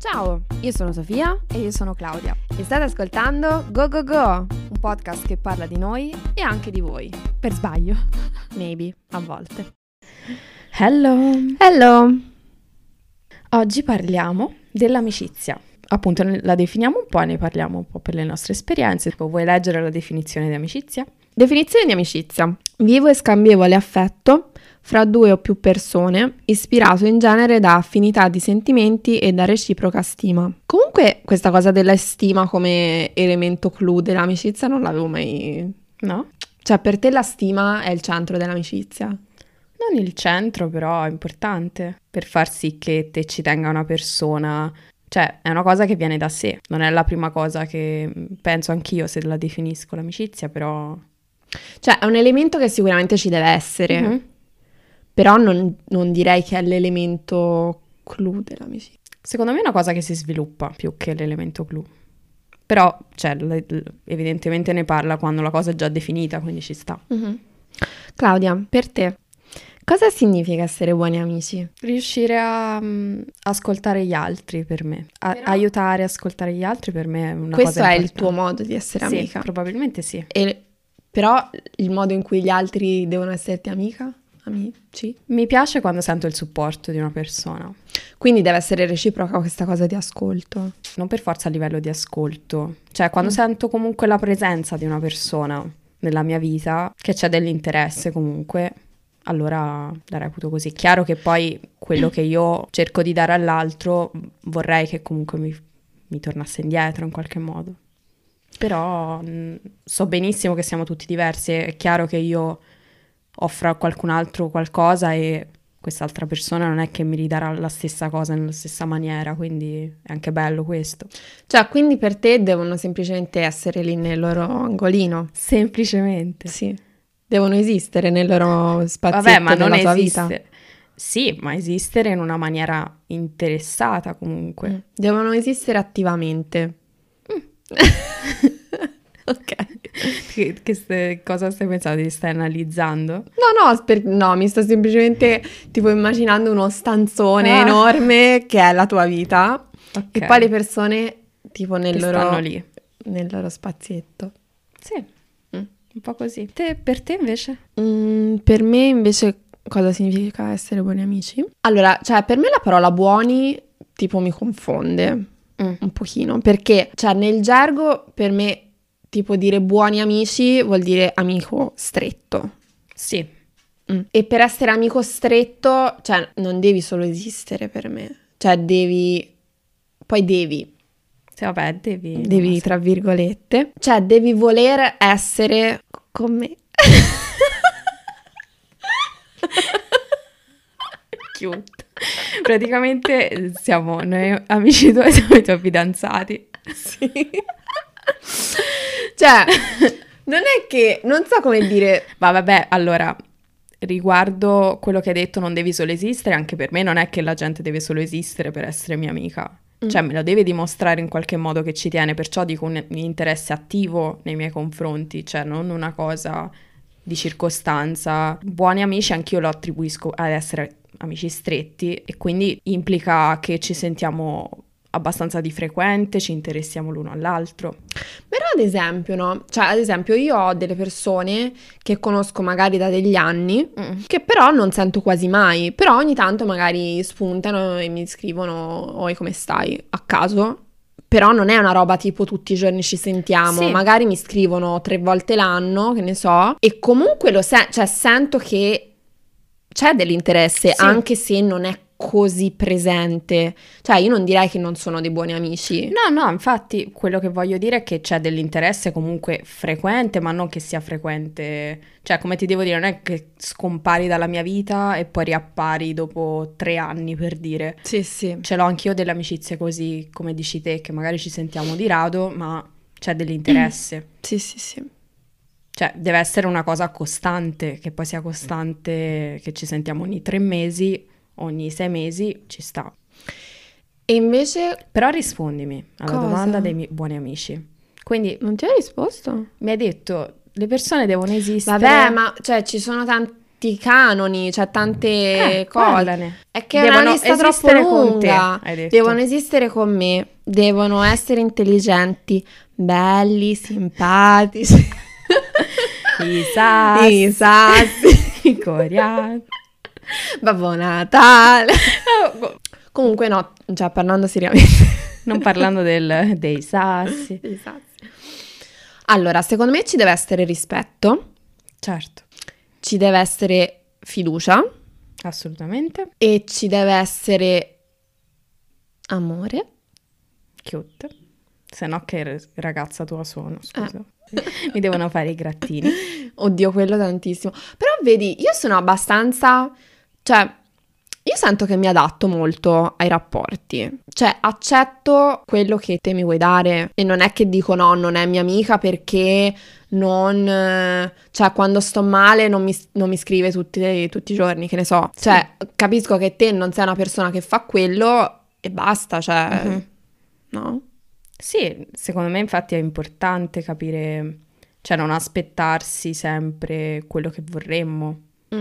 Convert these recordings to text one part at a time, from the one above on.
Ciao, io sono Sofia e io sono Claudia e state ascoltando Go Go Go, un podcast che parla di noi e anche di voi. Per sbaglio. Maybe, a volte. Hello! Oggi parliamo dell'amicizia. Appunto la definiamo un po' e ne parliamo un po' per le nostre esperienze. Vuoi leggere la definizione di amicizia? Definizione di amicizia: vivo e scambievole affetto fra due o più persone, ispirato in genere da affinità di sentimenti e da reciproca stima. Comunque questa cosa della stima come elemento clou dell'amicizia non l'avevo mai... No? Cioè per te la stima è il centro dell'amicizia? Non il centro, però è importante per far sì che te ci tenga una persona. Cioè è una cosa che viene da sé, non è la prima cosa che penso anch'io se la definisco l'amicizia, però... Cioè è un elemento che sicuramente ci deve essere. Mm-hmm. Però non direi che è l'elemento clou dell'amicizia. Secondo me è una cosa che si sviluppa più che l'elemento clou. Però, cioè, evidentemente ne parla quando la cosa è già definita, quindi ci sta. Mm-hmm. Claudia, per te, cosa significa essere buoni amici? Riuscire a ascoltare gli altri per me. Aiutare a ascoltare gli altri per me è una cosa importante. Questo è il tuo modo di essere amica? Sì, probabilmente sì. Però il modo in cui gli altri devono esserti amica? Amici? Mi piace quando sento il supporto di una persona. Quindi deve essere reciproca questa cosa di ascolto? Non per forza a livello di ascolto. Cioè quando sento comunque la presenza di una persona nella mia vita, che c'è dell'interesse comunque, allora la reputo così. Chiaro che poi quello che io cerco di dare all'altro vorrei che comunque mi tornasse indietro in qualche modo. Però so benissimo che siamo tutti diversi, è chiaro che io offro a qualcun altro qualcosa e quest'altra persona non è che mi ridarà la stessa cosa nella stessa maniera, quindi è anche bello questo. Cioè, quindi per te devono semplicemente essere lì nel loro angolino? Semplicemente. Sì. Devono esistere nel loro spazietto. Vabbè, ma non tua esiste. Vita. Sì, ma esistere in una maniera interessata comunque. Devono esistere attivamente. Ok. Cosa stai pensando? Ti stai analizzando? No, mi sto semplicemente tipo immaginando uno stanzone enorme che è la tua vita, okay. E poi le persone tipo stanno lì nel loro spazietto. Sì, un po' così. Per te invece? Per me invece cosa significa essere buoni amici? Allora, cioè per me la parola buoni tipo mi confonde un pochino, perché cioè nel gergo per me tipo dire buoni amici vuol dire amico stretto. Sì. E per essere amico stretto, cioè non devi solo esistere per me. Cioè devi... Sì, vabbè, devi tra virgolette. Cioè devi voler essere con me. Cute. Praticamente siamo noi amici tuoi, siamo i tuoi fidanzati. Sì. Cioè, non è che, non so come dire... Ma vabbè, allora, riguardo quello che hai detto, non devi solo esistere, anche per me non è che la gente deve solo esistere per essere mia amica. Cioè, me lo deve dimostrare in qualche modo che ci tiene, perciò dico un interesse attivo nei miei confronti, cioè non una cosa di circostanza. Buoni amici anch'io lo attribuisco ad essere amici stretti e quindi implica che ci sentiamo abbastanza di frequente, ci interessiamo l'uno all'altro. Però ad esempio, no? Cioè ad esempio io ho delle persone che conosco magari da degli anni, che però non sento quasi mai, però ogni tanto magari spuntano e mi scrivono "Oi, come stai?" a caso, però non è una roba tipo tutti i giorni ci sentiamo, sì. Magari mi scrivono 3 volte l'anno, che ne so, e comunque cioè sento che c'è dell'interesse, sì. Anche se non è così presente. Cioè io non direi che non sono dei buoni amici. No, infatti quello che voglio dire è che c'è dell'interesse comunque frequente, ma non che sia frequente, cioè come ti devo dire, non è che scompari dalla mia vita e poi riappari dopo 3 anni, per dire. Sì. Ce l'ho anch'io delle amicizie così, come dici te, che magari ci sentiamo di rado, ma c'è dell'interesse. Sì. Cioè deve essere una cosa costante, che poi sia costante, che ci sentiamo ogni 3 mesi, ogni 6 mesi, ci sta. E invece... Però rispondimi alla domanda dei miei buoni amici. Quindi... Non ti ho risposto? Mi hai detto, le persone devono esistere... Vabbè, ma cioè ci sono tanti certi canoni, c'è tante cose. Parlane. È che è una Devono lista troppo esistere con lunga. te, hai detto. Devono esistere con me, devono essere intelligenti, belli, simpatici. I sassi. I sassi. I coreani. Babbo Natale. Comunque no, già parlando seriamente. Non parlando dei sassi. Dei sassi. Allora, secondo me ci deve essere rispetto, Certo, ci deve essere fiducia assolutamente. e ci deve essere amore. Cute. Se no che ragazza tua sono, scusa. Mi devono fare i grattini. Oddio, quello tantissimo. Però vedi, io sono abbastanza... Cioè, io sento che mi adatto molto ai rapporti. Cioè, accetto quello che te mi vuoi dare. E non è che dico no, non è mia amica perché non... Cioè, quando sto male non mi scrive tutti i giorni, che ne so. Cioè, capisco che te non sei una persona che fa quello e basta, cioè... No? Sì, secondo me infatti è importante capire, cioè non aspettarsi sempre quello che vorremmo,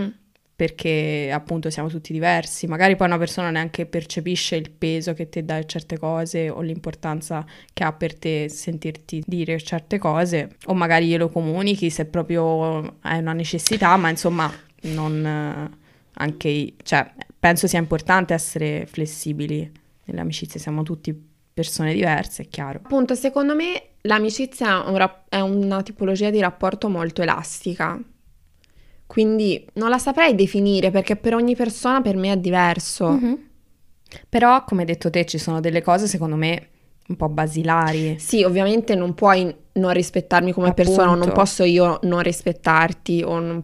perché appunto siamo tutti diversi. Magari poi una persona neanche percepisce il peso che te dai a certe cose o l'importanza che ha per te sentirti dire certe cose, o magari glielo comunichi se proprio hai una necessità, ma insomma non anche, cioè penso sia importante essere flessibili nelle amicizie, siamo tutti persone diverse, è chiaro. Appunto, secondo me l'amicizia è una tipologia di rapporto molto elastica. Quindi non la saprei definire perché per ogni persona per me è diverso. Però, come hai detto te, ci sono delle cose secondo me un po' basilari. Sì, ovviamente non puoi non rispettarmi come persona, o non posso io non rispettarti,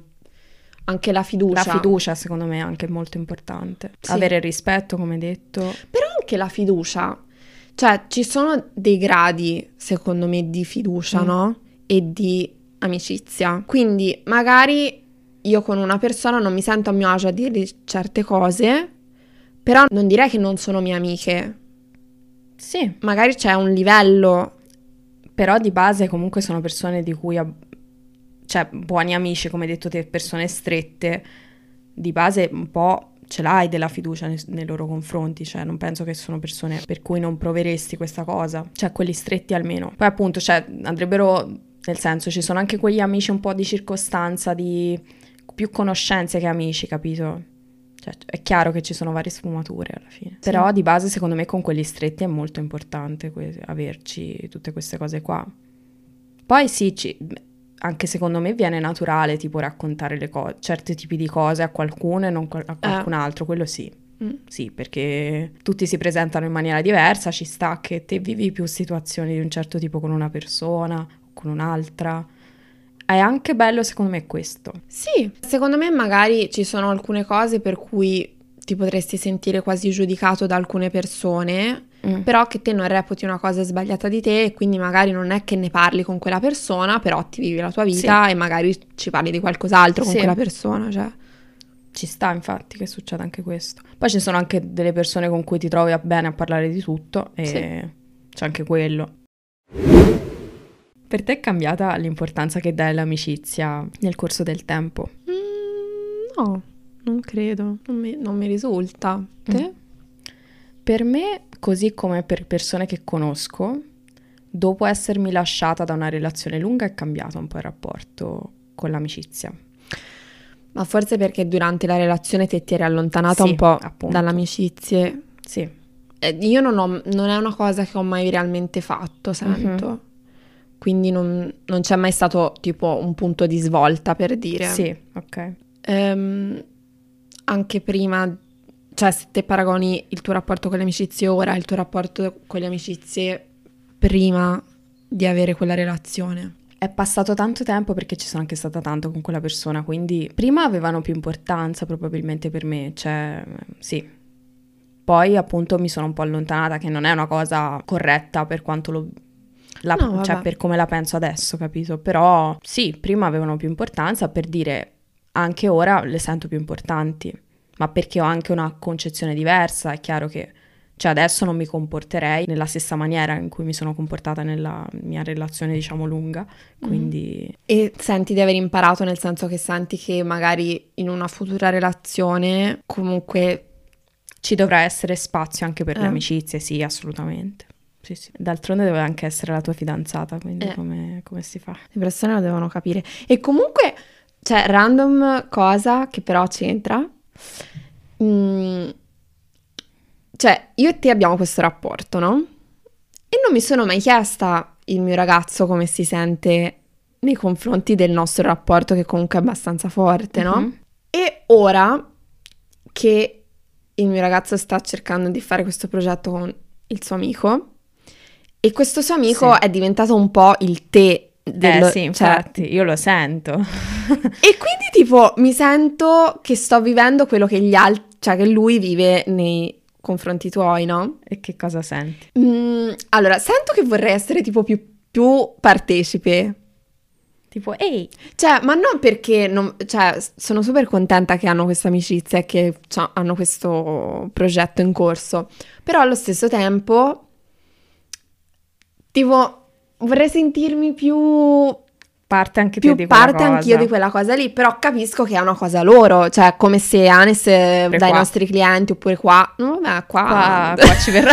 anche la fiducia. La fiducia secondo me è anche molto importante. Sì. Avere rispetto, come hai detto. Però anche la fiducia, cioè ci sono dei gradi, secondo me, di fiducia, no? E di amicizia. Quindi magari io con una persona non mi sento a mio agio a dirgli certe cose, però non direi che non sono mie amiche. Sì. Magari c'è un livello. Però di base comunque sono persone di cui, cioè buoni amici, come hai detto te, persone strette, di base un po' ce l'hai della fiducia nei loro confronti, cioè non penso che sono persone per cui non proveresti questa cosa, cioè quelli stretti almeno. Poi appunto, cioè andrebbero, nel senso, ci sono anche quegli amici un po' di circostanza, di più conoscenze che amici, capito? Cioè è chiaro che ci sono varie sfumature alla fine, sì. Però di base secondo me con quelli stretti è molto importante averci tutte queste cose qua. Poi sì, anche secondo me viene naturale tipo raccontare le cose, certi tipi di cose a qualcuno e non a qualcun altro, quello sì. Sì, perché tutti si presentano in maniera diversa, ci sta che te vivi più situazioni di un certo tipo con una persona o con un'altra. È anche bello secondo me questo. Sì, secondo me magari ci sono alcune cose per cui ti potresti sentire quasi giudicato da alcune persone, però che te non reputi una cosa sbagliata di te e quindi magari non è che ne parli con quella persona, però ti vivi la tua vita e magari ci parli di qualcos'altro con quella persona, cioè. Ci sta infatti che succeda anche questo. Poi ci sono anche delle persone con cui ti trovi bene a parlare di tutto e c'è anche quello. Per te è cambiata l'importanza che dai all'amicizia nel corso del tempo? No, non credo, non mi risulta. Te? Per me, così come per persone che conosco, dopo essermi lasciata da una relazione lunga è cambiato un po' il rapporto con l'amicizia. Ma forse perché durante la relazione ti eri allontanata un po' dall'amicizia. Sì. Io non è una cosa che ho mai realmente fatto, sento. Quindi non c'è mai stato tipo un punto di svolta, per dire. Sì, ok. Anche prima, cioè se te paragoni il tuo rapporto con le amicizie ora, il tuo rapporto con le amicizie prima di avere quella relazione. È passato tanto tempo perché ci sono anche stata tanto con quella persona, quindi prima avevano più importanza probabilmente per me, cioè sì. Poi appunto mi sono un po' allontanata, che non è una cosa corretta per quanto cioè per come la penso adesso, capito? Però sì, prima avevano più importanza, per dire anche ora le sento più importanti, ma perché ho anche una concezione diversa. È chiaro che Cioè adesso non mi comporterei nella stessa maniera in cui mi sono comportata nella mia relazione, diciamo, lunga, quindi... E senti di aver imparato, nel senso che senti che magari in una futura relazione comunque... Ci dovrà essere spazio anche per le amicizie, sì, assolutamente. Sì, sì. D'altronde deve anche essere la tua fidanzata, quindi come si fa? Le persone lo devono capire. E comunque, cioè, random cosa che però c'entra. Cioè, io e te abbiamo questo rapporto, no? E non mi sono mai chiesta il mio ragazzo come si sente nei confronti del nostro rapporto, che comunque è abbastanza forte, no? E ora che il mio ragazzo sta cercando di fare questo progetto con il suo amico, e questo suo amico è diventato un po' il te sì, infatti, io lo sento. E quindi tipo mi sento che sto vivendo quello che gli altri, cioè che lui vive nei confronti tuoi, no? E che cosa senti? Allora, sento che vorrei essere tipo più partecipe. Tipo, ehi! Cioè, ma non perché... cioè, sono super contenta che hanno questa amicizia e che hanno questo progetto in corso. Però allo stesso tempo, tipo, vorrei sentirmi più... Parte anche più di quella parte cosa. Anch'io di quella cosa lì, però capisco che è una cosa loro, cioè come se Anes dai nostri clienti, oppure qua, no, vabbè, qua ci verrà.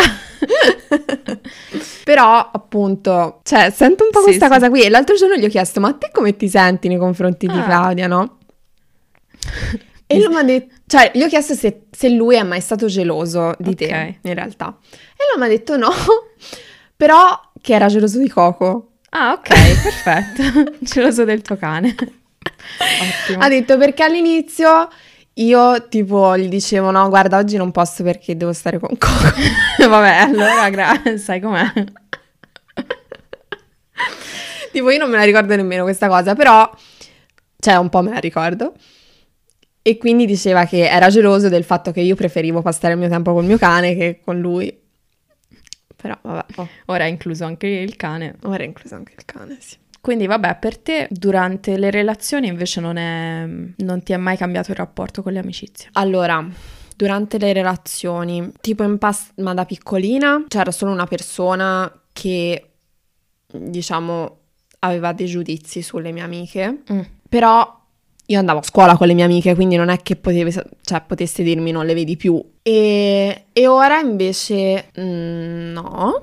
Però appunto, cioè sento un po' questa cosa qui, e l'altro giorno gli ho chiesto, ma a te come ti senti nei confronti di Claudia, no? E lui mi ha detto, cioè gli ho chiesto se lui è mai stato geloso di te, in realtà, e lui mi ha detto no, però che era geloso di Coco. Ah, ok, perfetto. Geloso del tuo cane. Ottimo. Ha detto perché all'inizio io tipo gli dicevo no, guarda, oggi non posso perché devo stare con Coco. Vabbè, allora sai com'è. Tipo io non me la ricordo nemmeno questa cosa, però cioè un po' me la ricordo. E quindi diceva che era geloso del fatto che io preferivo passare il mio tempo col mio cane che con lui. Però vabbè. Ora è incluso anche il cane. Ora è incluso anche il cane, sì. Quindi vabbè, per te durante le relazioni invece non ti è mai cambiato il rapporto con le amicizie? Allora, durante le relazioni, tipo ma da piccolina c'era solo una persona che, diciamo, aveva dei giudizi sulle mie amiche, però io andavo a scuola con le mie amiche, quindi non è che potessi dirmi non le vedi più. E ora invece no.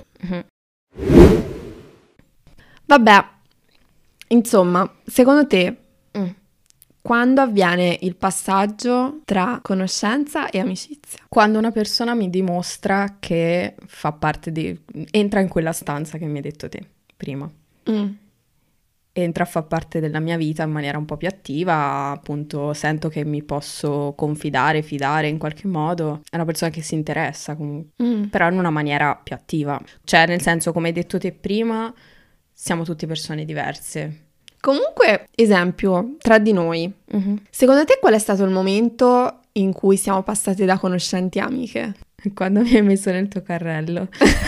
Vabbè, insomma, secondo te quando avviene il passaggio tra conoscenza e amicizia? Quando una persona mi dimostra che fa parte entra in quella stanza che mi hai detto te prima. Entra a far parte della mia vita in maniera un po' più attiva, appunto sento che mi posso confidare, fidare in qualche modo, è una persona che si interessa comunque, però in una maniera più attiva, cioè nel senso, come hai detto te prima, siamo tutte persone diverse. Comunque, esempio, tra di noi, secondo te qual è stato il momento in cui siamo passate da conoscenti a amiche? Quando mi hai messo nel tuo carrello.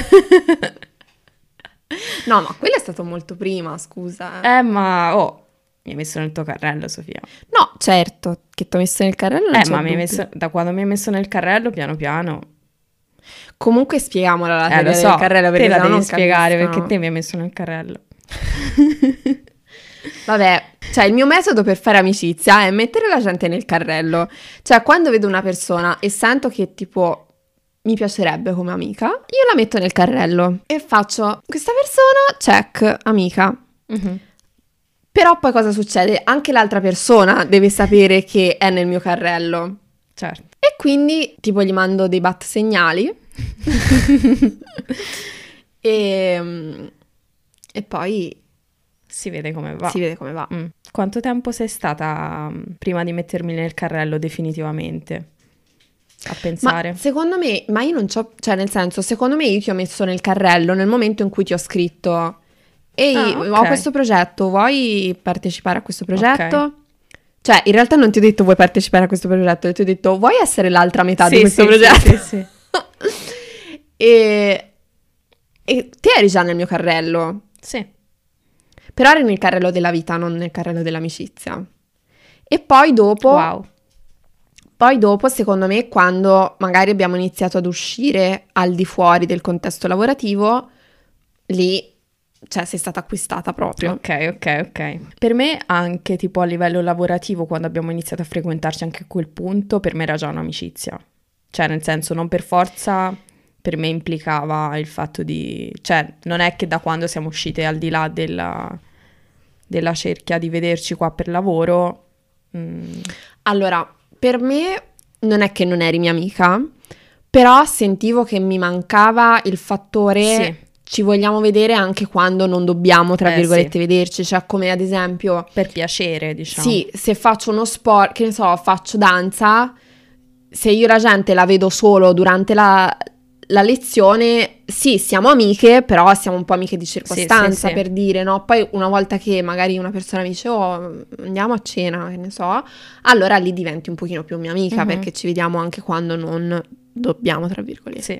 No, ma quello è stato molto prima, scusa. Ma mi hai messo nel tuo carrello, Sofia. No, certo, che ti ho messo nel carrello non c'è ma dubbio. da quando mi hai messo nel carrello, piano piano. Comunque spieghiamola la teoria lo so, del carrello, perché te la devi non spiegare, capiscono. perché te mi hai messo nel carrello. Vabbè, cioè il mio metodo per fare amicizia è mettere la gente nel carrello. Cioè quando vedo una persona e sento che tipo mi piacerebbe come amica, io la metto nel carrello e faccio questa persona, check, amica. Però poi cosa succede? Anche l'altra persona deve sapere che è nel mio carrello. Certo. E quindi tipo gli mando dei bat segnali e poi si vede come va. Si vede come va. Quanto tempo sei stata prima di mettermi nel carrello definitivamente? A pensare? Ma secondo me, ma io non c'ho, cioè nel senso, secondo me io ti ho messo nel carrello nel momento in cui ti ho scritto ehi, ho questo progetto, vuoi partecipare a questo progetto? Okay. Cioè, in realtà non ti ho detto vuoi partecipare a questo progetto, ti ho detto vuoi essere l'altra metà di questo progetto? Sì. E te eri già nel mio carrello. Sì. Però eri nel carrello della vita, non nel carrello dell'amicizia. E poi dopo... Wow. Poi dopo, secondo me, quando magari abbiamo iniziato ad uscire al di fuori del contesto lavorativo, lì, cioè, sei stata acquistata proprio. Ok. Per me anche tipo a livello lavorativo, quando abbiamo iniziato a frequentarci anche a quel punto, per me era già un'amicizia. Cioè, nel senso, non per forza per me implicava il fatto di... Cioè, non è che da quando siamo uscite al di là della cerchia di vederci qua per lavoro... Allora, per me non è che non eri mia amica, però sentivo che mi mancava il fattore Sì. ci vogliamo vedere anche quando non dobbiamo, tra virgolette, sì. vederci. Cioè, come ad esempio... Per piacere, diciamo. Sì, se faccio uno sport, che ne so, faccio danza, se io la gente la vedo solo durante la lezione, sì, siamo amiche, però siamo un po' amiche di circostanza, sì. per dire, no? Poi una volta che magari una persona mi dice, oh, andiamo a cena, che ne so, allora lì diventi un pochino più mia amica, perché ci vediamo anche quando non dobbiamo, tra virgolette.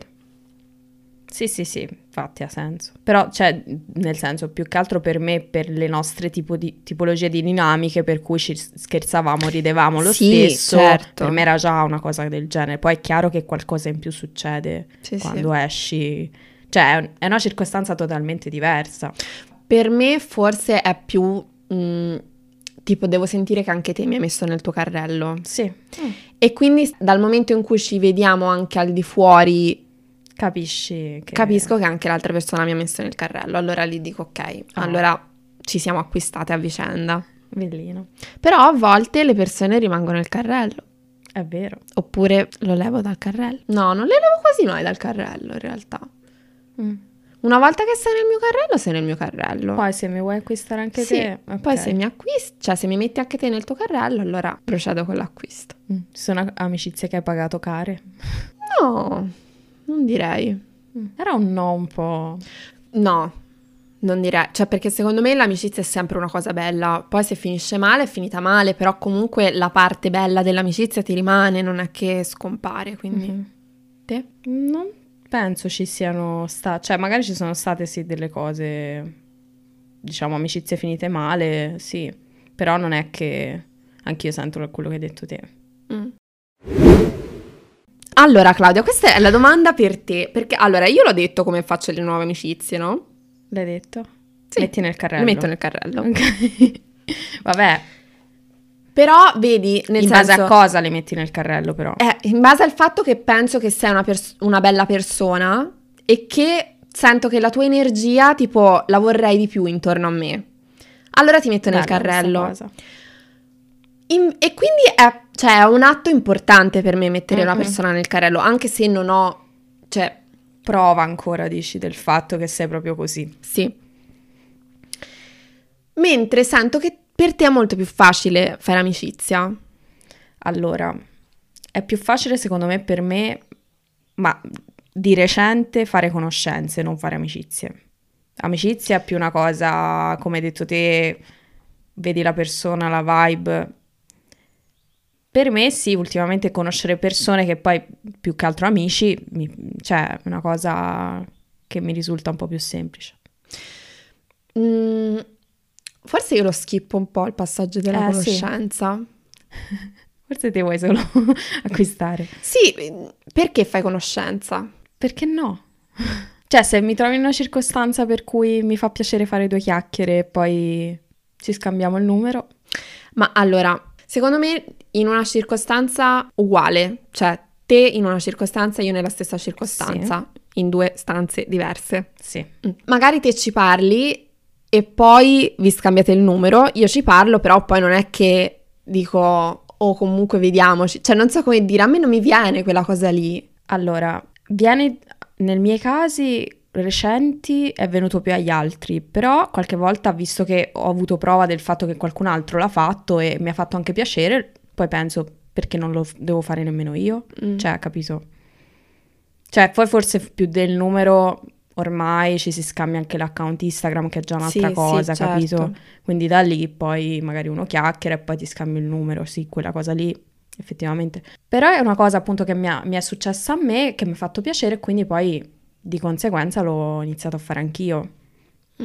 Sì, infatti ha senso. Però, cioè, nel senso, più che altro per me, per le nostre tipologie di dinamiche, per cui ci scherzavamo, ridevamo lo stesso, certo. Per me era già una cosa del genere. Poi è chiaro che qualcosa in più succede quando esci. Cioè, è una circostanza totalmente diversa. Per me forse è più... tipo, devo sentire che anche te mi hai messo nel tuo carrello. Sì. E quindi dal momento in cui ci vediamo anche al di fuori... Capisco che anche l'altra persona mi ha messo nel carrello, allora lì dico ok, allora ci siamo acquistate a vicenda. Bellino. Però a volte le persone rimangono nel carrello. È vero. Oppure lo levo dal carrello. No, non le levo quasi mai dal carrello in realtà. Una volta che sei nel mio carrello. Poi se mi vuoi acquistare anche te. Okay. Poi se mi acquisti, cioè se mi metti anche te nel tuo carrello, allora procedo con l'acquisto. Sono amicizie che hai pagato care? No, non direi. Era un no un po'... No, non direi. Cioè, perché secondo me l'amicizia è sempre una cosa bella. Poi se finisce male, è finita male, però comunque la parte bella dell'amicizia ti rimane, non è che scompare, quindi... Te? Non penso ci siano state... Cioè, magari ci sono state sì delle cose, diciamo, amicizie finite male, sì. Però non è che... Anch'io sento quello che hai detto te. Allora Claudia, questa è la domanda per te, perché allora io l'ho detto come faccio le nuove amicizie, no? L'hai detto? Sì, metti nel carrello. Le metto nel carrello. Ok. Vabbè. Però vedi, in base a cosa le metti nel carrello però? In base al fatto che penso che sei una bella persona e che sento che la tua energia, tipo, la vorrei di più intorno a me. Allora ti metto nel carrello. E quindi è un atto importante per me mettere una persona nel carrello, anche se non ho, cioè... Prova ancora, dici, del fatto che sei proprio così. Sì. Mentre sento che per te è molto più facile fare amicizia. Allora, è più facile secondo me per me, ma di recente, fare conoscenze, non fare amicizie. Amicizia è più una cosa, come hai detto te, vedi la persona, la vibe... Per me sì, ultimamente conoscere persone che poi più che altro amici, cioè è una cosa che mi risulta un po' più semplice. Forse io lo skippo un po' il passaggio della conoscenza. Sì. Forse te vuoi solo acquistare. Sì, perché fai conoscenza? Perché no? Cioè se mi trovo in una circostanza per cui mi fa piacere fare due chiacchiere e poi ci scambiamo il numero. Ma allora... Secondo me in una circostanza uguale, cioè te in una circostanza, io nella stessa circostanza, in due stanze diverse. Sì. Magari te ci parli e poi vi scambiate il numero, io ci parlo, però poi non è che dico comunque vediamoci, cioè non so come dire, a me non mi viene quella cosa lì. Allora, viene nei miei casi... recenti è venuto più agli altri, però qualche volta, visto che ho avuto prova del fatto che qualcun altro l'ha fatto e mi ha fatto anche piacere, poi penso perché non lo devo fare nemmeno io, cioè capito? Cioè poi forse più del numero ormai ci si scambia anche l'account Instagram che è già un'altra cosa, sì, capito? Certo. Quindi da lì poi magari uno chiacchiera e poi ti scambi il numero, sì, quella cosa lì effettivamente. Però è una cosa appunto che mi è successa a me, che mi ha fatto piacere e quindi poi... Di conseguenza l'ho iniziato a fare anch'io.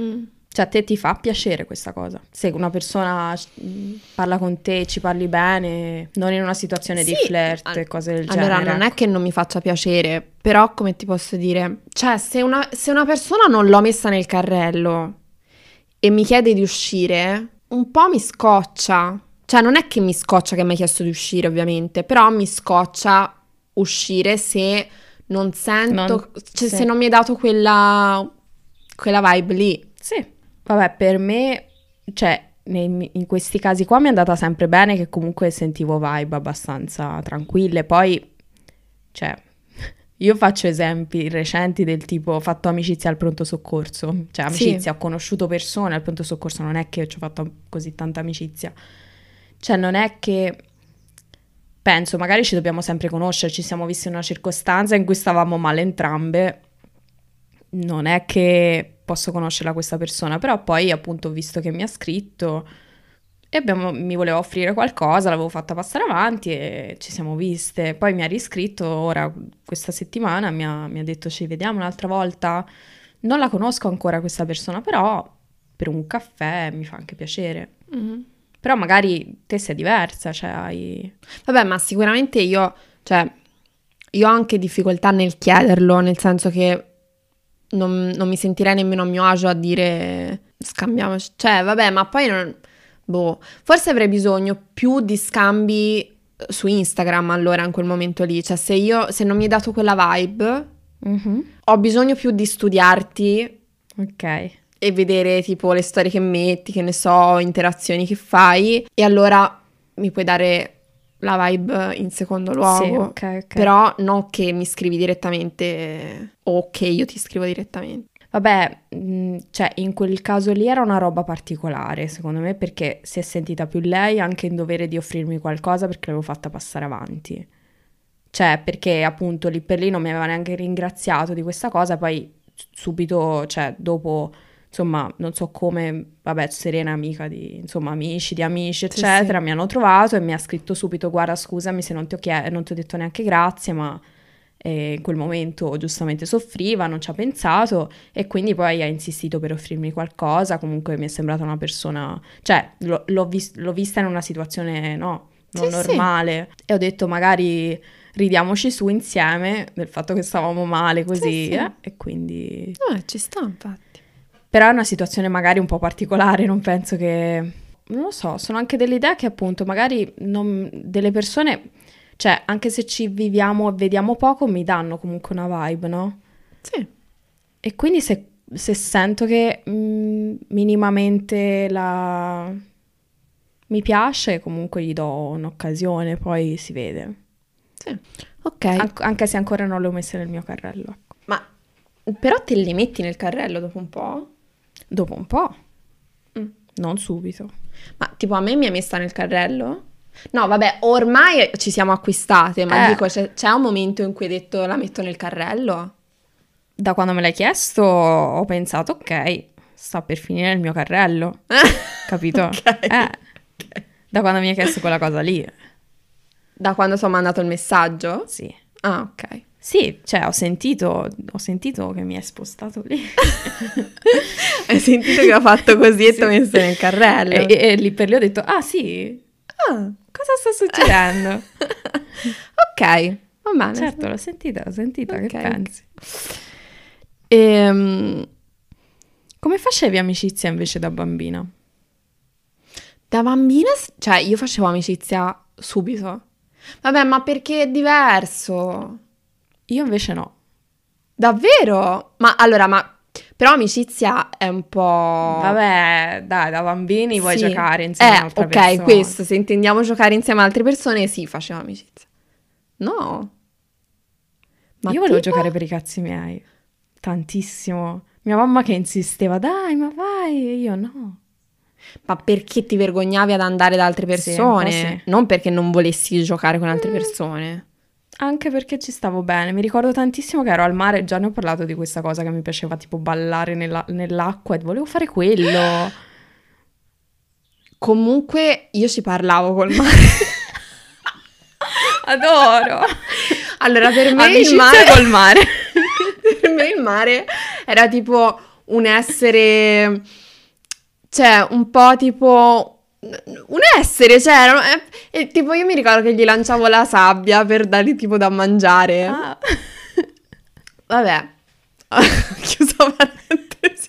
Cioè, a te ti fa piacere questa cosa? Se una persona parla con te, ci parli bene, non in una situazione di flirt e cose del genere. Allora, non è che non mi faccia piacere, però come ti posso dire? Cioè, se una persona non l'ho messa nel carrello e mi chiede di uscire, un po' mi scoccia. Cioè, non è che mi scoccia che mi ha chiesto di uscire, ovviamente, però mi scoccia uscire se non sento, se non mi hai dato quella vibe lì. Sì. Vabbè, per me, cioè, in questi casi qua mi è andata sempre bene, che comunque sentivo vibe abbastanza tranquille. Poi, cioè, io faccio esempi recenti del tipo, ho fatto amicizia al pronto soccorso. Cioè, amicizia, ho conosciuto persone al pronto soccorso, non è che ci ho fatto così tanta amicizia. Cioè, non è che... Penso, magari ci dobbiamo sempre conoscere, ci siamo visti in una circostanza in cui stavamo male entrambe. Non è che posso conoscerla questa persona, però poi appunto ho visto che mi ha scritto e mi voleva offrire qualcosa, l'avevo fatta passare avanti e ci siamo viste. Poi mi ha riscritto ora questa settimana, mi ha detto ci vediamo un'altra volta. Non la conosco ancora questa persona, però per un caffè mi fa anche piacere. Mm-hmm. Però magari te sei diversa, cioè hai... Vabbè, ma sicuramente io ho anche difficoltà nel chiederlo, nel senso che non mi sentirei nemmeno a mio agio a dire scambiamoci. Cioè, vabbè, ma poi forse avrei bisogno più di scambi su Instagram allora in quel momento lì. Cioè, se non mi hai dato quella vibe, ho bisogno più di studiarti. Ok. E vedere tipo le storie che metti, che ne so, interazioni che fai, e allora mi puoi dare la vibe in secondo luogo. Sì, ok. Però non che mi scrivi direttamente o che io ti scrivo direttamente. Vabbè, cioè in quel caso lì era una roba particolare secondo me, perché si è sentita più lei anche in dovere di offrirmi qualcosa perché l'avevo fatta passare avanti. Cioè perché appunto lì per lì non mi aveva neanche ringraziato di questa cosa, poi subito, cioè dopo... Insomma, non so come, vabbè, Serena è amica di, insomma, amici, di amici, eccetera, sì. Mi hanno trovato e mi ha scritto subito, guarda, scusami se non ti ho detto neanche grazie, ma in quel momento giustamente soffriva, non ci ha pensato e quindi poi ha insistito per offrirmi qualcosa, comunque mi è sembrata una persona, cioè, l'ho vista in una situazione, no, non normale, sì. E ho detto magari ridiamoci su insieme del fatto che stavamo male così, sì. E quindi... ci sta, infatti. Però è una situazione magari un po' particolare, non penso che... Non lo so, sono anche delle idee che appunto magari delle persone, cioè anche se ci viviamo e vediamo poco, mi danno comunque una vibe, no? Sì. E quindi se sento che minimamente mi piace, comunque gli do un'occasione, poi si vede. Sì, ok. Anche se ancora non le ho messe nel mio carrello. Ma però te li metti nel carrello dopo un po'? Dopo un po', non subito. Ma tipo a me mi è messa nel carrello? No, vabbè, ormai ci siamo acquistate, ma dico, c'è un momento in cui hai detto la metto nel carrello? Da quando me l'hai chiesto ho pensato, ok, sta per finire il mio carrello, capito? Okay. Da quando mi hai chiesto quella cosa lì. Da quando ti ho mandato il messaggio? Sì. Ah, ok. Sì, cioè ho sentito che mi è spostato lì. Hai sentito che ho fatto così e ti ho messo nel carrello? E lì per lì ho detto, ah sì, cosa sta succedendo? Ok, va bene. Certo, l'ho sentita, okay. Che pensi? Come facevi amicizia invece da bambina? Da bambina, cioè io facevo amicizia subito. Vabbè, ma perché è diverso? Io invece no. Davvero? Ma allora, però amicizia è un po'... Vabbè, dai, da bambini vuoi giocare insieme a altre persone. Ok, questo, se intendiamo giocare insieme a altre persone, sì, facevo amicizia. No. Ma io volevo giocare per i cazzi miei. Tantissimo. Mia mamma che insisteva, dai, ma vai, e io no. Ma perché ti vergognavi ad andare da altre persone? Sì. Non perché non volessi giocare con altre persone? Anche perché ci stavo bene. Mi ricordo tantissimo che ero al mare, già ne ho parlato di questa cosa, che mi piaceva tipo ballare nell'acqua e volevo fare quello. Comunque io ci parlavo col mare. Adoro. Allora per me il mare col mare. Per me il mare era tipo un essere cioè un po' tipo un essere, cioè e tipo io mi ricordo che gli lanciavo la sabbia per dargli tipo da mangiare. Ah. Vabbè, chiusa parentesi.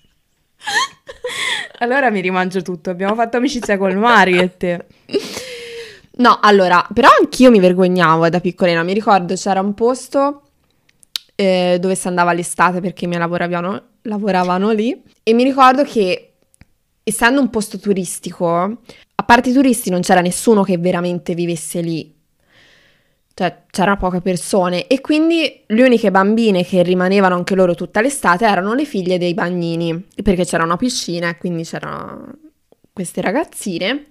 Allora mi rimangio tutto, abbiamo fatto amicizia col Mario e te. No, allora, però anch'io mi vergognavo da piccolina. Mi ricordo c'era un posto dove si andava all'estate perché i miei lavoravano lì. E mi ricordo che, essendo un posto turistico, a parte i turisti non c'era nessuno che veramente vivesse lì. Cioè, c'erano poche persone. E quindi le uniche bambine che rimanevano anche loro tutta l'estate erano le figlie dei bagnini. Perché c'era una piscina e quindi c'erano queste ragazzine.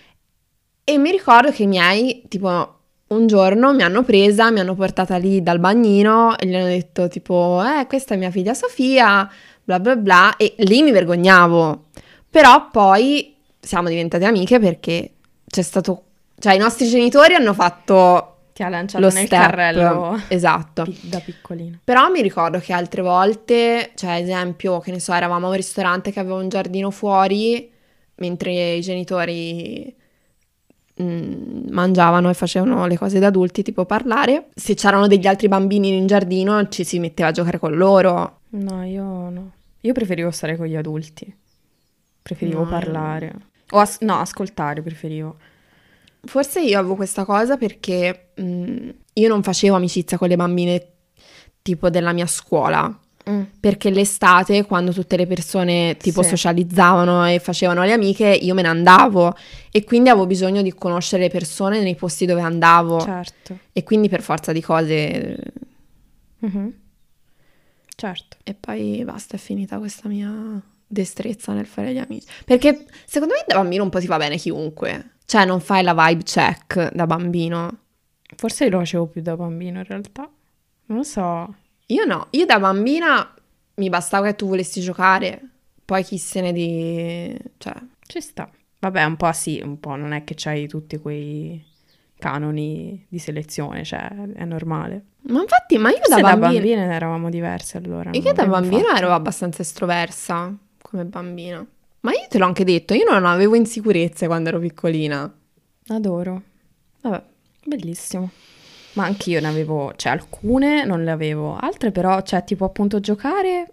E mi ricordo che i miei, tipo, un giorno mi hanno presa, mi hanno portata lì dal bagnino e gli hanno detto, tipo, questa è mia figlia Sofia, bla bla bla, e lì mi vergognavo. Però poi siamo diventate amiche perché c'è stato, cioè i nostri genitori hanno fatto Ti ha lanciato lo nel step. carrello Esatto. da piccolino. Però mi ricordo che altre volte, cioè ad esempio, che ne so, eravamo a un ristorante che aveva un giardino fuori, mentre i genitori mangiavano e facevano le cose da adulti, tipo parlare. Se c'erano degli altri bambini in giardino ci si metteva a giocare con loro. No, io no. Io preferivo stare con gli adulti. Preferivo No, parlare. No, ascoltare preferivo. Forse io avevo questa cosa perché io non facevo amicizia con le bambine tipo della mia scuola. Perché l'estate, quando tutte le persone tipo Sì. socializzavano e facevano le amiche, io me ne andavo e quindi avevo bisogno di conoscere le persone nei posti dove andavo. Certo. E quindi per forza di cose. Mhm. Certo. E poi basta, è finita questa mia destrezza nel fare gli amici. Perché secondo me da bambino un po' ti va bene chiunque. Cioè non fai la vibe check da bambino. Forse io lo facevo più da bambino in realtà. Non lo so. Io no, io da bambina mi bastava che tu volessi giocare, poi chi se ne cioè. Ci sta. Vabbè, un po' sì, un po'. Non è che c'hai tutti quei canoni di selezione, cioè è normale. Ma infatti, ma io Forse da da bambina, bambine eravamo diverse allora. io non da abbiamo bambina fatto. ero abbastanza estroversa come bambina. Ma io te l'ho anche detto, io non avevo insicurezze quando ero piccolina. Adoro. Vabbè. Bellissimo. Ma anch'io ne avevo, cioè alcune non le avevo, altre però, cioè tipo appunto giocare,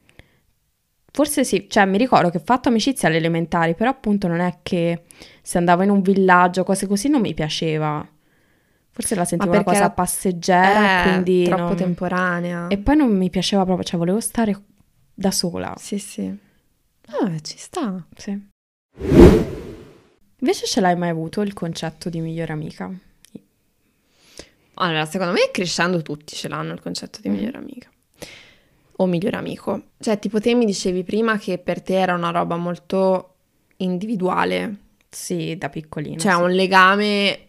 forse sì, cioè mi ricordo che ho fatto amicizia alle elementari, però appunto non è che se andavo in un villaggio, cose così non mi piaceva. Forse la sentivo una perché cosa era passeggera, quindi troppo non. temporanea. E poi non mi piaceva proprio, cioè volevo stare da sola. Sì, sì. Vabbè, ci sta. Sì. Invece ce l'hai mai avuto il concetto di migliore amica? Allora, secondo me crescendo tutti ce l'hanno il concetto di migliore amica o migliore amico. Cioè, tipo te mi dicevi prima che per te era una roba molto individuale. Sì, da piccolina. Cioè, sì. un legame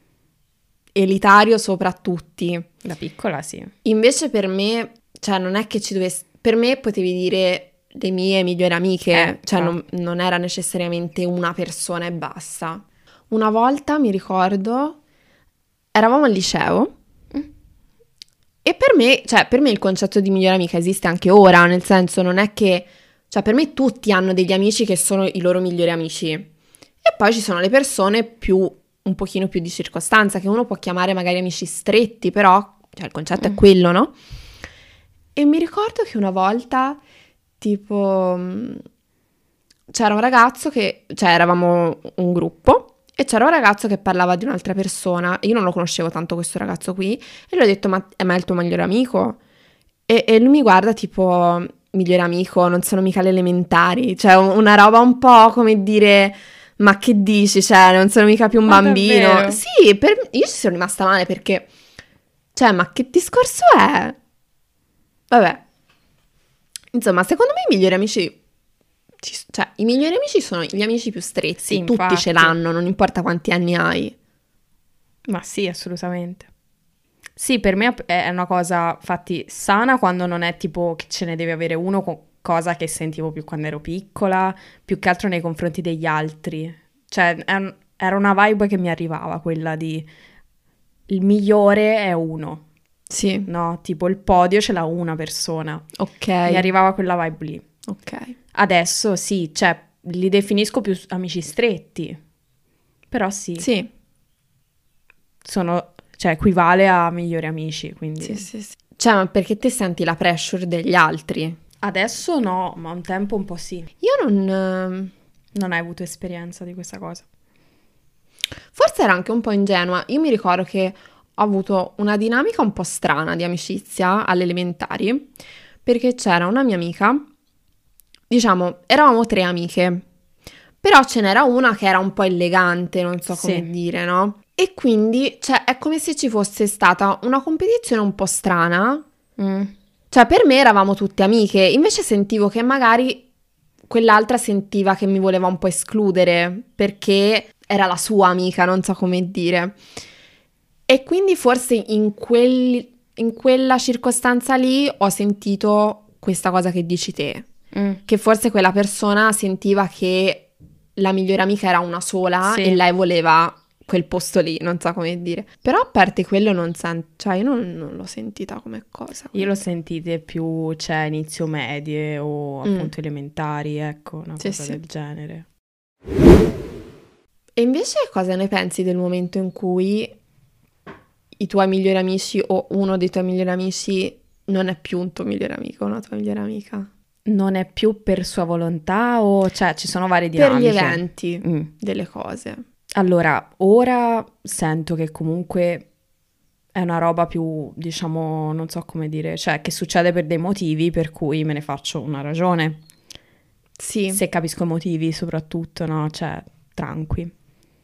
elitario sopra tutti. Da piccola sì. Invece per me, cioè, non è che ci dovessi. Per me potevi dire le mie migliori amiche, cioè non era necessariamente una persona e basta. Una volta mi ricordo, eravamo al liceo e per me il concetto di migliore amica esiste anche ora, nel senso non è che, cioè per me tutti hanno degli amici che sono i loro migliori amici e poi ci sono le persone un pochino più di circostanza che uno può chiamare magari amici stretti, però cioè, il concetto è quello, no? E mi ricordo che una volta tipo c'era un ragazzo che, cioè eravamo un gruppo e c'era un ragazzo che parlava di un'altra persona, io non lo conoscevo tanto questo ragazzo qui e gli ho detto ma è il tuo migliore amico? E lui mi guarda tipo migliore amico, non sono mica le elementari, cioè una roba un po' come dire ma che dici, cioè non sono mica più un bambino. Davvero? Sì, io ci sono rimasta male perché, cioè ma che discorso è? Vabbè. Insomma, secondo me i migliori amici, cioè i migliori amici sono gli amici più stretti, Sì, tutti infatti. ce l'hanno, non importa quanti anni hai. Ma sì, assolutamente. Sì, per me è una cosa, infatti, sana quando non è tipo che ce ne deve avere uno, cosa che sentivo più quando ero piccola, più che altro nei confronti degli altri. Cioè, era una vibe che mi arrivava, quella di il migliore è uno, Sì, no? Tipo il podio ce l'ha una persona. ok. Mi arrivava quella vibe lì. Ok. Adesso sì, cioè, li definisco più amici stretti, però sì. Sì. Cioè equivale a migliori amici, quindi... Sì. Cioè, ma perché te senti la pressure degli altri? Adesso no, ma un tempo un po' sì. Io non... Non hai avuto esperienza di questa cosa? Forse ero anche un po' ingenua. Io mi ricordo che ho avuto una dinamica un po' strana di amicizia alle elementari, perché c'era una mia amica, diciamo, eravamo 3 amiche, però ce n'era una che era un po' elegante, non so come dire, no? E quindi, cioè, è come se ci fosse stata una competizione un po' strana. Cioè, per me eravamo tutte amiche, invece sentivo che magari quell'altra sentiva che mi voleva un po' escludere, perché era la sua amica, non so come dire. E quindi forse in quella circostanza lì ho sentito questa cosa che dici te, che forse quella persona sentiva che la migliore amica era una sola e lei voleva quel posto lì, non so come dire. Però a parte quello cioè io non l'ho sentita come cosa. Io l'ho sentite più, cioè, inizio medie o appunto elementari, ecco, una cosa del genere. E invece cosa ne pensi del momento in cui i tuoi migliori amici o uno dei tuoi migliori amici non è più un tuo migliore amico o una tua migliore amica? Non è più per sua volontà o, cioè, ci sono varie dinamiche? Per gli eventi delle cose. Allora, ora sento che comunque è una roba più, diciamo, non so come dire, cioè che succede per dei motivi per cui me ne faccio una ragione. Sì. Se capisco i motivi soprattutto, no? Cioè, tranqui.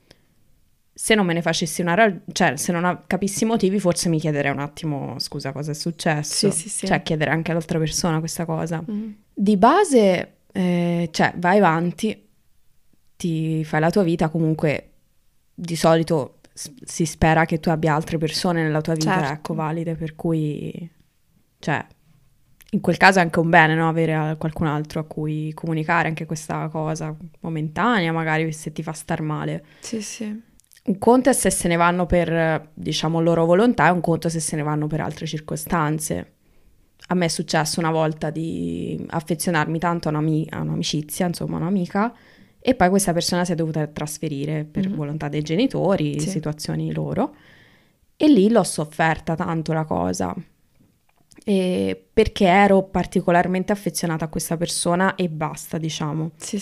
Se non me ne facessi cioè se non capissi i motivi forse mi chiederei un attimo, scusa, cosa è successo? Sì. Cioè chiedere anche all'altra persona questa cosa. Di base, cioè vai avanti, ti fai la tua vita, comunque di solito si spera che tu abbia altre persone nella tua vita, ecco, valide, per cui, cioè, in quel caso è anche un bene, no? Avere qualcun altro a cui comunicare anche questa cosa momentanea, magari se ti fa star male. Sì. Un conto è se se ne vanno per, diciamo, loro volontà, e un conto se se ne vanno per altre circostanze. A me è successo una volta di affezionarmi tanto a un'amicizia, insomma, un'amica, e poi questa persona si è dovuta trasferire per volontà dei genitori, situazioni loro, e lì l'ho sofferta tanto la cosa, perché ero particolarmente affezionata a questa persona e basta, diciamo. Sì.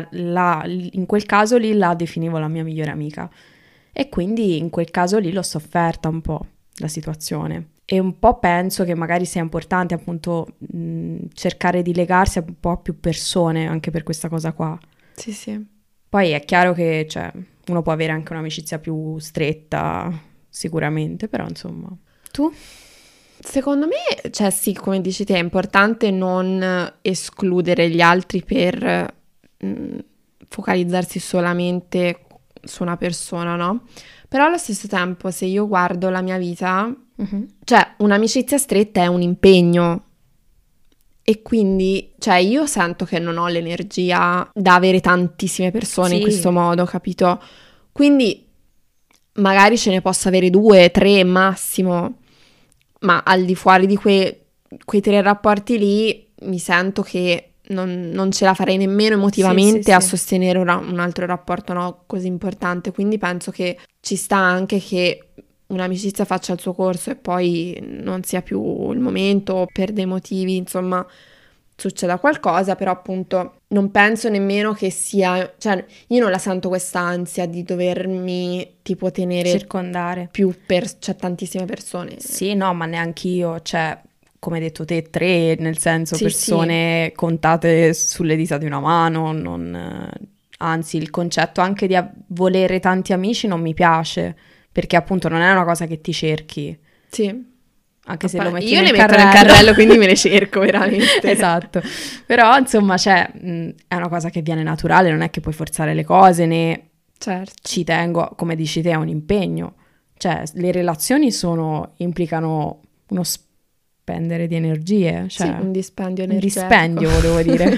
In quel caso lì la definivo la mia migliore amica. E quindi in quel caso lì l'ho sofferta un po' la situazione. E un po' penso che magari sia importante appunto cercare di legarsi a un po' più persone anche per questa cosa qua. Sì. Poi è chiaro che, cioè, uno può avere anche un'amicizia più stretta, sicuramente, però insomma. Tu? Secondo me, cioè sì, come dici te, è importante non escludere gli altri per focalizzarsi solamente su una persona, no? Però allo stesso tempo, se io guardo la mia vita, cioè un'amicizia stretta è un impegno e quindi, cioè io sento che non ho l'energia da avere tantissime persone in questo modo, capito? Quindi magari ce ne posso avere 2, 3 massimo, ma al di fuori di quei 3 rapporti lì mi sento che non ce la farei nemmeno emotivamente a sostenere un altro rapporto, no, così importante. Quindi penso che ci sta anche che un'amicizia faccia il suo corso e poi non sia più il momento per dei motivi, insomma, succeda qualcosa, però appunto non penso nemmeno che sia, cioè io non la sento quest'ansia di dovermi tipo tenere circondare cioè tantissime persone. Sì, no, ma neanche io, cioè, come hai detto te, 3, nel senso persone contate sulle dita di una mano, anzi il concetto anche di volere tanti amici non mi piace, perché appunto non è una cosa che ti cerchi. Sì. Anche se lo metti io nel le carrello. metto nel carrello, quindi me le cerco veramente. Esatto. Però insomma, cioè, è una cosa che viene naturale, non è che puoi forzare le cose, né ci tengo, come dici te, a un impegno. Cioè, le relazioni implicano uno spendere di energie. Cioè, un dispendio energetico. Un dispendio, volevo dire.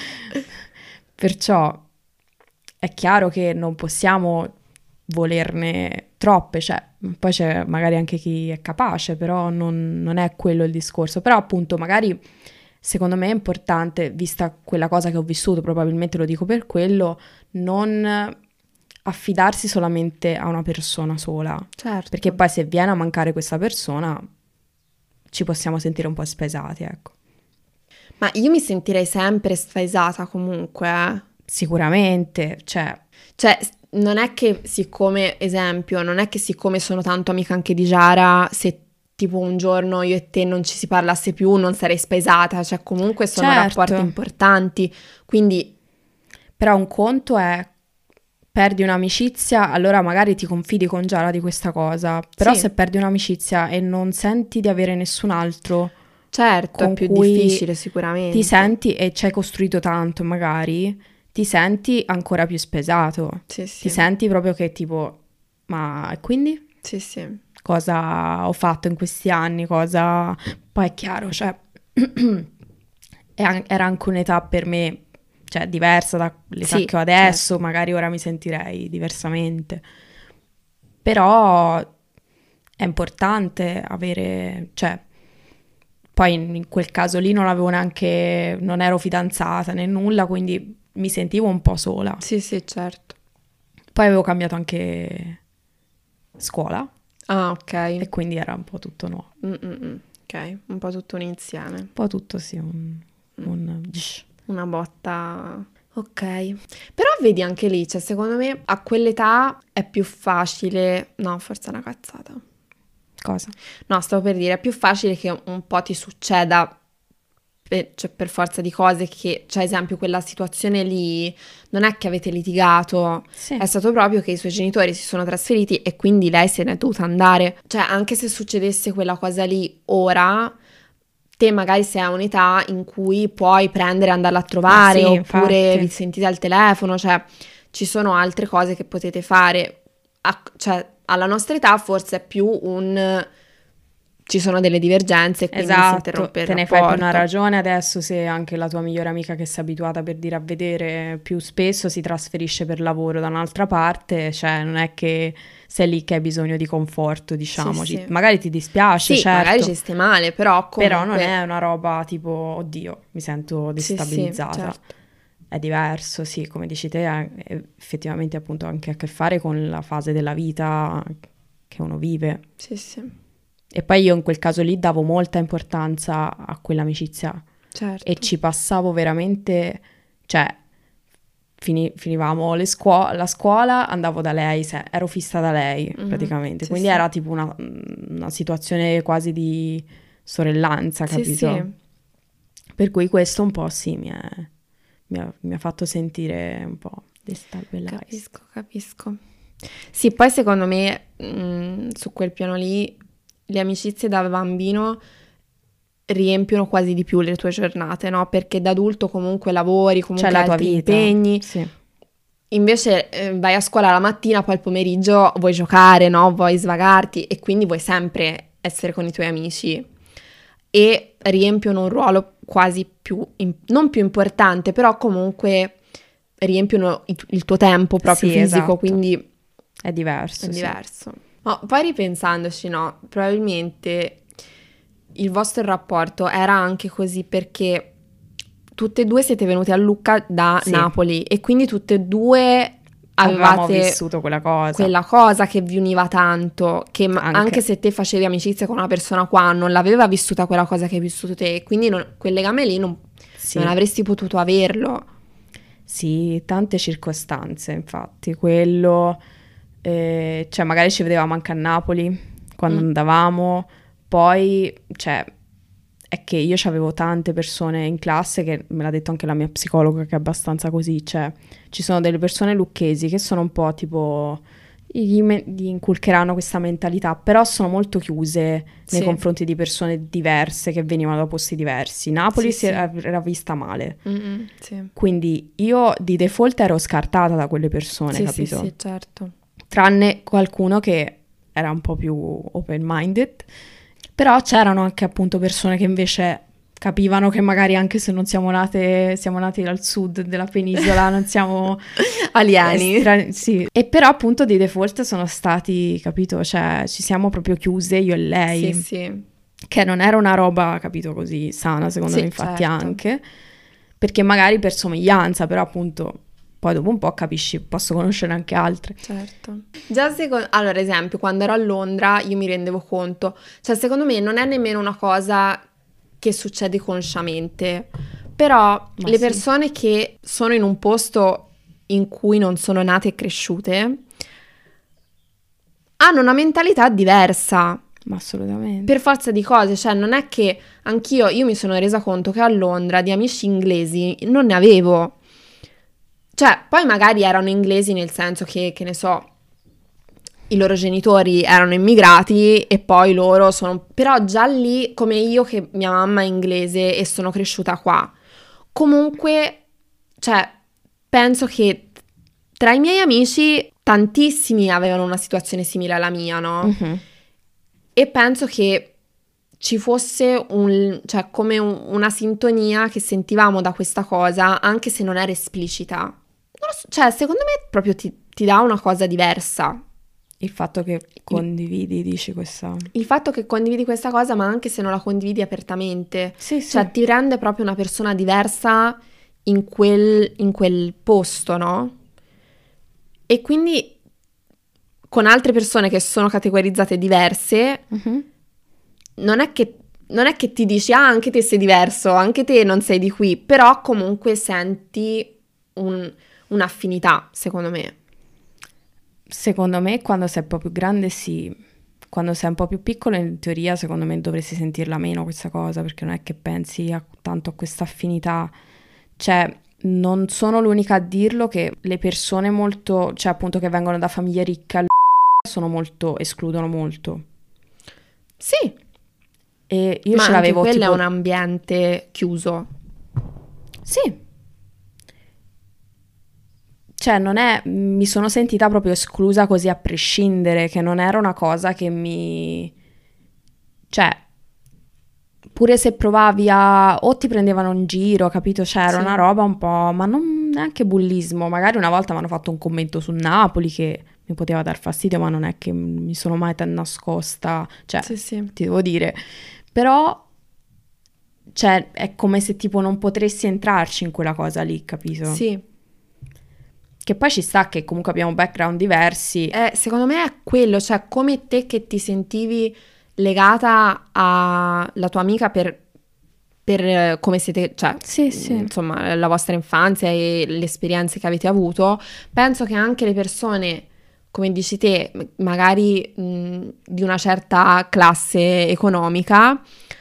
Perciò è chiaro che non possiamo volerne troppe, cioè poi c'è magari anche chi è capace, però non è quello il discorso. Però appunto magari secondo me è importante, vista quella cosa che ho vissuto, probabilmente lo dico per quello, non affidarsi solamente a una persona sola. Certo. Perché poi se viene a mancare questa persona ci possiamo sentire un po' spesati, ecco. Ma io mi sentirei sempre spaesata comunque, eh. Sicuramente, cioè, non è che siccome, esempio, non è che siccome sono tanto amica anche di Giara, se tipo un giorno io e te non ci si parlasse più non sarei spaesata, cioè comunque sono certo. rapporti importanti, quindi... Però un conto è perdi un'amicizia, allora magari ti confidi con Giara di questa cosa, però Sì. se perdi un'amicizia e non senti di avere nessun altro Certo, è con più cui difficile sicuramente. ti senti e ci hai costruito tanto magari, ti senti ancora più spesato. Sì, sì. Ti senti proprio che tipo, ma e quindi? Sì, sì. Cosa ho fatto in questi anni? Cosa... Poi è chiaro, cioè, era anche un'età per me, cioè, diversa dall'età Sì, che ho adesso, certo. magari ora mi sentirei diversamente. Però è importante avere, cioè, poi in quel caso lì non avevo neanche, non ero fidanzata né nulla, quindi mi sentivo un po' sola. Sì, sì, certo. Poi avevo cambiato anche scuola Ah, ok. e quindi era un po' tutto nuovo. Ok, un po' tutto un insieme. Un po' tutto sì, Una botta. Ok. Però vedi anche lì, cioè secondo me a quell'età è più facile... No, forse è una cazzata. Cosa? No, stavo per dire, è più facile che un po' ti succeda cioè per forza di cose che, cioè esempio quella situazione lì non è che avete litigato, Sì. è stato proprio che i suoi genitori si sono trasferiti e quindi lei se n'è dovuta andare. Cioè anche se succedesse quella cosa lì ora, te magari sei a un'età in cui puoi prendere e andarla a trovare, sì, oppure infatti. vi sentite al telefono, cioè ci sono altre cose che potete fare. Cioè alla nostra età forse è più ci sono delle divergenze e quindi si Esatto, interrompe il te ne fai più una rapporto. ragione adesso se anche la tua migliore amica che sei abituata per dire a vedere più spesso si trasferisce per lavoro da un'altra parte, cioè non è che sei lì che hai bisogno di conforto, diciamoci. Sì. Magari ti dispiace, Sì, certo, magari ci stai male, però comunque... però non è una roba tipo, oddio, mi sento Sì, destabilizzata. certo. È diverso, sì, come dici te, ha effettivamente appunto anche a che fare con la fase della vita che uno vive. Sì, E poi io in quel caso lì davo molta importanza a quell'amicizia certo. e ci passavo veramente, cioè finivamo la scuola, andavo da lei, ero fissa da lei praticamente, sì, quindi sì. era tipo una situazione quasi di sorellanza, Sì, capito? sì. Per cui questo un po' sì mi ha fatto sentire un po' destabilized. Capisco. Sì, poi secondo me su quel piano lì le amicizie da bambino riempiono quasi di più le tue giornate, no? Perché da adulto comunque lavori, comunque Cioè la hai tua altri vita, impegni. sì. Invece vai a scuola la mattina, poi il pomeriggio vuoi giocare, no? Vuoi svagarti e quindi vuoi sempre essere con i tuoi amici. E riempiono un ruolo quasi più, non più importante, però comunque riempiono il tuo tempo proprio Sì, fisico, esatto. quindi È diverso, è sì. diverso. Ma poi ripensandoci, no, probabilmente il vostro rapporto era anche così perché tutte e due siete venute a Lucca da Sì. Napoli e quindi tutte e due Avevamo avevate vissuto quella cosa che vi univa tanto, che Anche. anche se te facevi amicizia con una persona qua non l'aveva vissuta quella cosa che hai vissuto te, quindi quel legame lì non avresti potuto averlo. Sì, tante circostanze, infatti, quello, cioè magari ci vedevamo anche a Napoli quando andavamo, poi, cioè, è che io avevo tante persone in classe, che me l'ha detto anche la mia psicologa, che è abbastanza così, cioè, ci sono delle persone lucchesi che sono un po' tipo, gli inculcheranno questa mentalità, però sono molto chiuse nei confronti di persone diverse che venivano da posti diversi. Napoli era vista male. Sì. Quindi io di default ero scartata da quelle persone, capito? Sì, certo. Tranne qualcuno che era un po' più open-minded, però c'erano anche appunto persone che invece capivano che magari anche se non siamo nati al sud della penisola, non siamo alieni. Sì. E però appunto di default sono stati, capito? Cioè ci siamo proprio chiuse io e lei. Sì. che non era una roba, capito, così sana, secondo Sì, me, infatti certo. anche, perché magari per somiglianza, però appunto poi dopo un po' capisci, posso conoscere anche altre. Certo. Già allora, ad esempio, quando ero a Londra io mi rendevo conto, cioè secondo me non è nemmeno una cosa che succede consciamente, però Ma le sì. persone che sono in un posto in cui non sono nate e cresciute hanno una mentalità diversa. Ma assolutamente. Per forza di cose, cioè non è che io mi sono resa conto che a Londra di amici inglesi non ne avevo. Cioè, poi magari erano inglesi nel senso che ne so, i loro genitori erano immigrati e poi loro sono... Però già lì, come io che mia mamma è inglese e sono cresciuta qua, comunque, cioè, penso che tra i miei amici tantissimi avevano una situazione simile alla mia, no? Mhm. E penso che ci fosse cioè come una sintonia che sentivamo da questa cosa, anche se non era esplicita. Non lo so, cioè, secondo me proprio ti dà una cosa diversa. Il fatto che condividi, dici questa... Il fatto che condividi questa cosa, ma anche se non la condividi apertamente, Sì, sì. cioè ti rende proprio una persona diversa in quel posto, no? E quindi con altre persone che sono categorizzate diverse, Mhm. non è che ti dici, ah, anche te sei diverso, anche te non sei di qui, però comunque senti un'affinità, secondo me. Secondo me quando sei un po' più grande sì, quando sei un po' più piccolo in teoria secondo me dovresti sentirla meno questa cosa, perché non è che pensi tanto a questa affinità, cioè non sono l'unica a dirlo che le persone molto, cioè appunto che vengono da famiglie ricche sono molto, escludono molto. Sì, E io ma ce anche l'avevo quello tipo... è un ambiente chiuso. Sì. Cioè, non è, mi sono sentita proprio esclusa così a prescindere, che non era una cosa che mi... Cioè, pure se provavi a... o ti prendevano in giro, capito? Cioè, era Sì. una roba un po'... ma non neanche bullismo. Magari una volta mi hanno fatto un commento su Napoli che mi poteva dar fastidio, ma non è che mi sono mai nascosta. Cioè, Sì, sì. ti devo dire. Però, cioè, è come se tipo non potresti entrarci in quella cosa lì, capito? Sì. Che poi ci sta che comunque abbiamo background diversi. Secondo me è quello, cioè come te che ti sentivi legata alla tua amica per come siete, cioè, Sì, sì. insomma, la vostra infanzia e le esperienze che avete avuto, penso che anche le persone, come dici te, magari di una certa classe economica,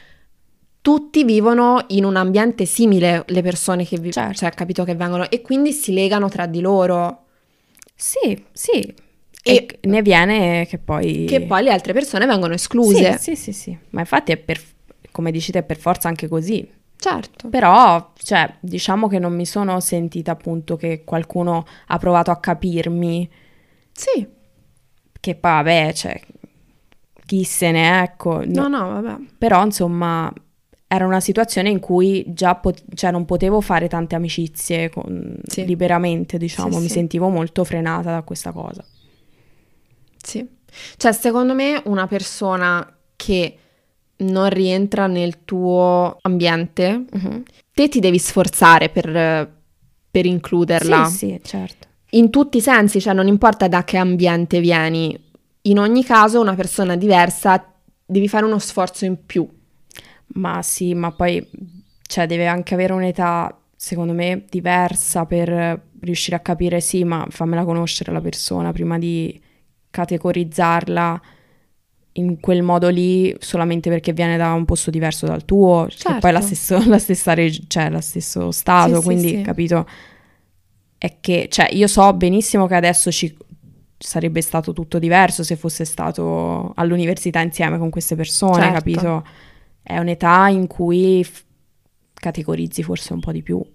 tutti vivono in un ambiente simile, le persone che Certo. cioè, capito che vengono, e quindi si legano tra di loro. Sì, sì. E ne viene che poi... che poi le altre persone vengono Sì, escluse. sì, sì, sì. Ma infatti è come dici te, è per forza anche così. Certo. Però, cioè, diciamo che non mi sono sentita appunto che qualcuno ha provato a capirmi, Sì. che poi, vabbè, cioè, chi se ne, ecco. No, no, vabbè. Però, insomma, era una situazione in cui già cioè, non potevo fare tante amicizie Sì. liberamente, diciamo, Sì, mi sì. sentivo molto frenata da questa cosa. Sì. Cioè, secondo me una persona che non rientra nel tuo ambiente, te ti devi sforzare per includerla. Sì, sì, certo. In tutti i sensi, cioè non importa da che ambiente vieni. In ogni caso, una persona diversa devi fare uno sforzo in più. Ma sì, ma poi, cioè, deve anche avere un'età, secondo me, diversa per riuscire a capire, sì, ma fammela conoscere la persona prima di categorizzarla in quel modo lì solamente perché viene da un posto diverso dal tuo, che Certo. poi è la stessa cioè lo stesso stato, Sì, sì, quindi sì. capito? È che, cioè, io so benissimo che adesso sarebbe stato tutto diverso se fosse stato all'università insieme con queste persone, Certo. capito? È un'età in cui categorizzi forse un po' di più.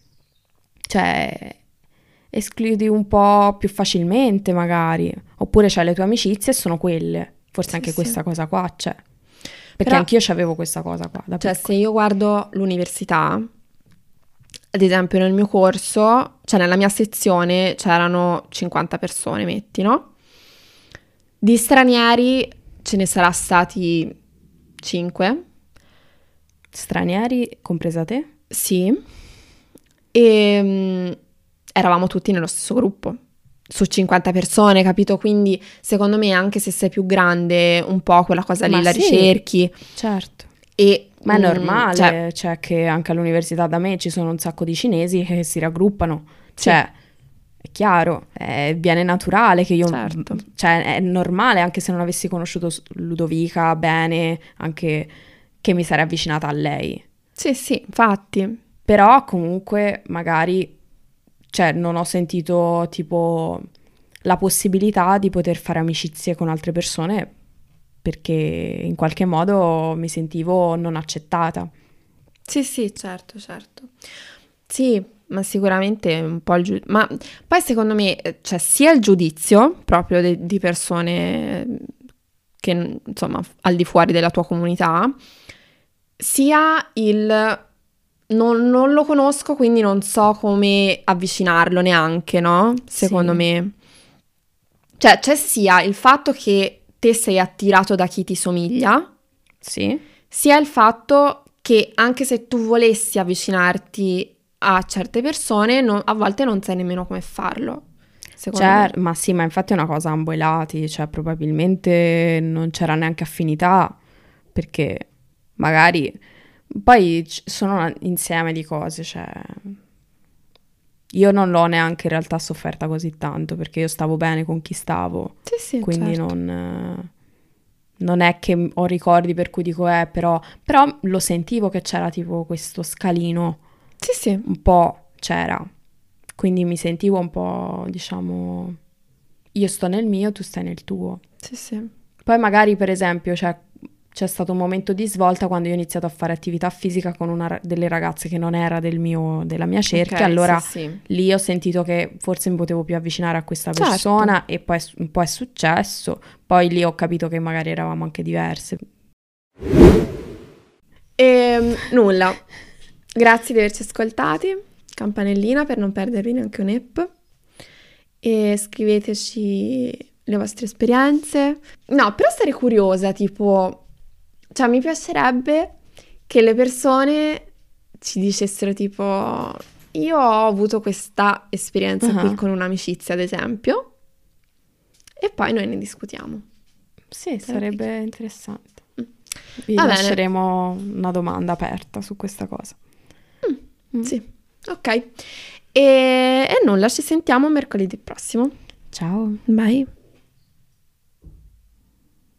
Cioè, escludi un po' più facilmente magari, oppure c'hai le tue amicizie e sono quelle. Forse Sì, anche sì. questa cosa qua c'è. Perché Però- anch'io c'avevo questa cosa qua da Cioè, piccola. se io guardo l'università, ad esempio nel mio corso, cioè nella mia sezione c'erano 50 persone, metti, no? Di stranieri ce ne sarà stati 5. Stranieri, compresa te? Sì. E eravamo tutti nello stesso gruppo. Su 50 persone, capito? Quindi secondo me anche se sei più grande un po' quella cosa lì Ma la sì, ricerchi. certo. E, Ma è normale, cioè, cioè che anche all'università da me ci sono un sacco di cinesi che si raggruppano. Sì. Cioè, è chiaro, viene naturale che io... Certo. Cioè, è normale anche se non avessi conosciuto Ludovica bene, anche che mi sarei avvicinata a lei. Sì, infatti. Però comunque magari, cioè, non ho sentito tipo la possibilità di poter fare amicizie con altre persone perché in qualche modo mi sentivo non accettata. Sì, certo. Sì, ma sicuramente un po' ma poi secondo me, c'è sia il giudizio proprio di persone che, insomma, al di fuori della tua comunità, sia il non lo conosco, quindi non so come avvicinarlo neanche, no? Secondo Sì. me. Cioè, c'è sia il fatto che te sei attirato da chi ti somiglia, Sì. sia il fatto che anche se tu volessi avvicinarti a certe persone, a volte non sai nemmeno come farlo, secondo me. Ma sì, ma infatti è una cosa a ambo i lati, cioè probabilmente non c'era neanche affinità, perché magari poi sono un insieme di cose, cioè io non l'ho neanche in realtà sofferta così tanto, perché io stavo bene con chi stavo, Sì, quindi certo. non è che ho ricordi per cui dico però lo sentivo che c'era tipo questo scalino, Sì. un po' c'era. Quindi mi sentivo un po', diciamo, io sto nel mio, tu stai nel tuo. Sì. Poi magari, per esempio, c'è stato un momento di svolta quando io ho iniziato a fare attività fisica con una delle ragazze che non era della mia cerchia, Ok, allora sì. lì ho sentito che forse mi potevo più avvicinare a questa Certo. persona e poi un po' è successo, poi lì ho capito che magari eravamo anche diverse. Nulla. Grazie di averci ascoltati. Campanellina per non perdervi neanche un app. E scriveteci le vostre esperienze. No, però sarei curiosa, tipo, cioè mi piacerebbe che le persone ci dicessero tipo, io ho avuto questa esperienza qui con un'amicizia, ad esempio, e poi noi ne discutiamo. Sì, sarebbe interessante. Vi Va bene. lasceremo una domanda aperta su questa cosa. Sì, ok. E nulla, ci sentiamo mercoledì prossimo. Ciao. Bye.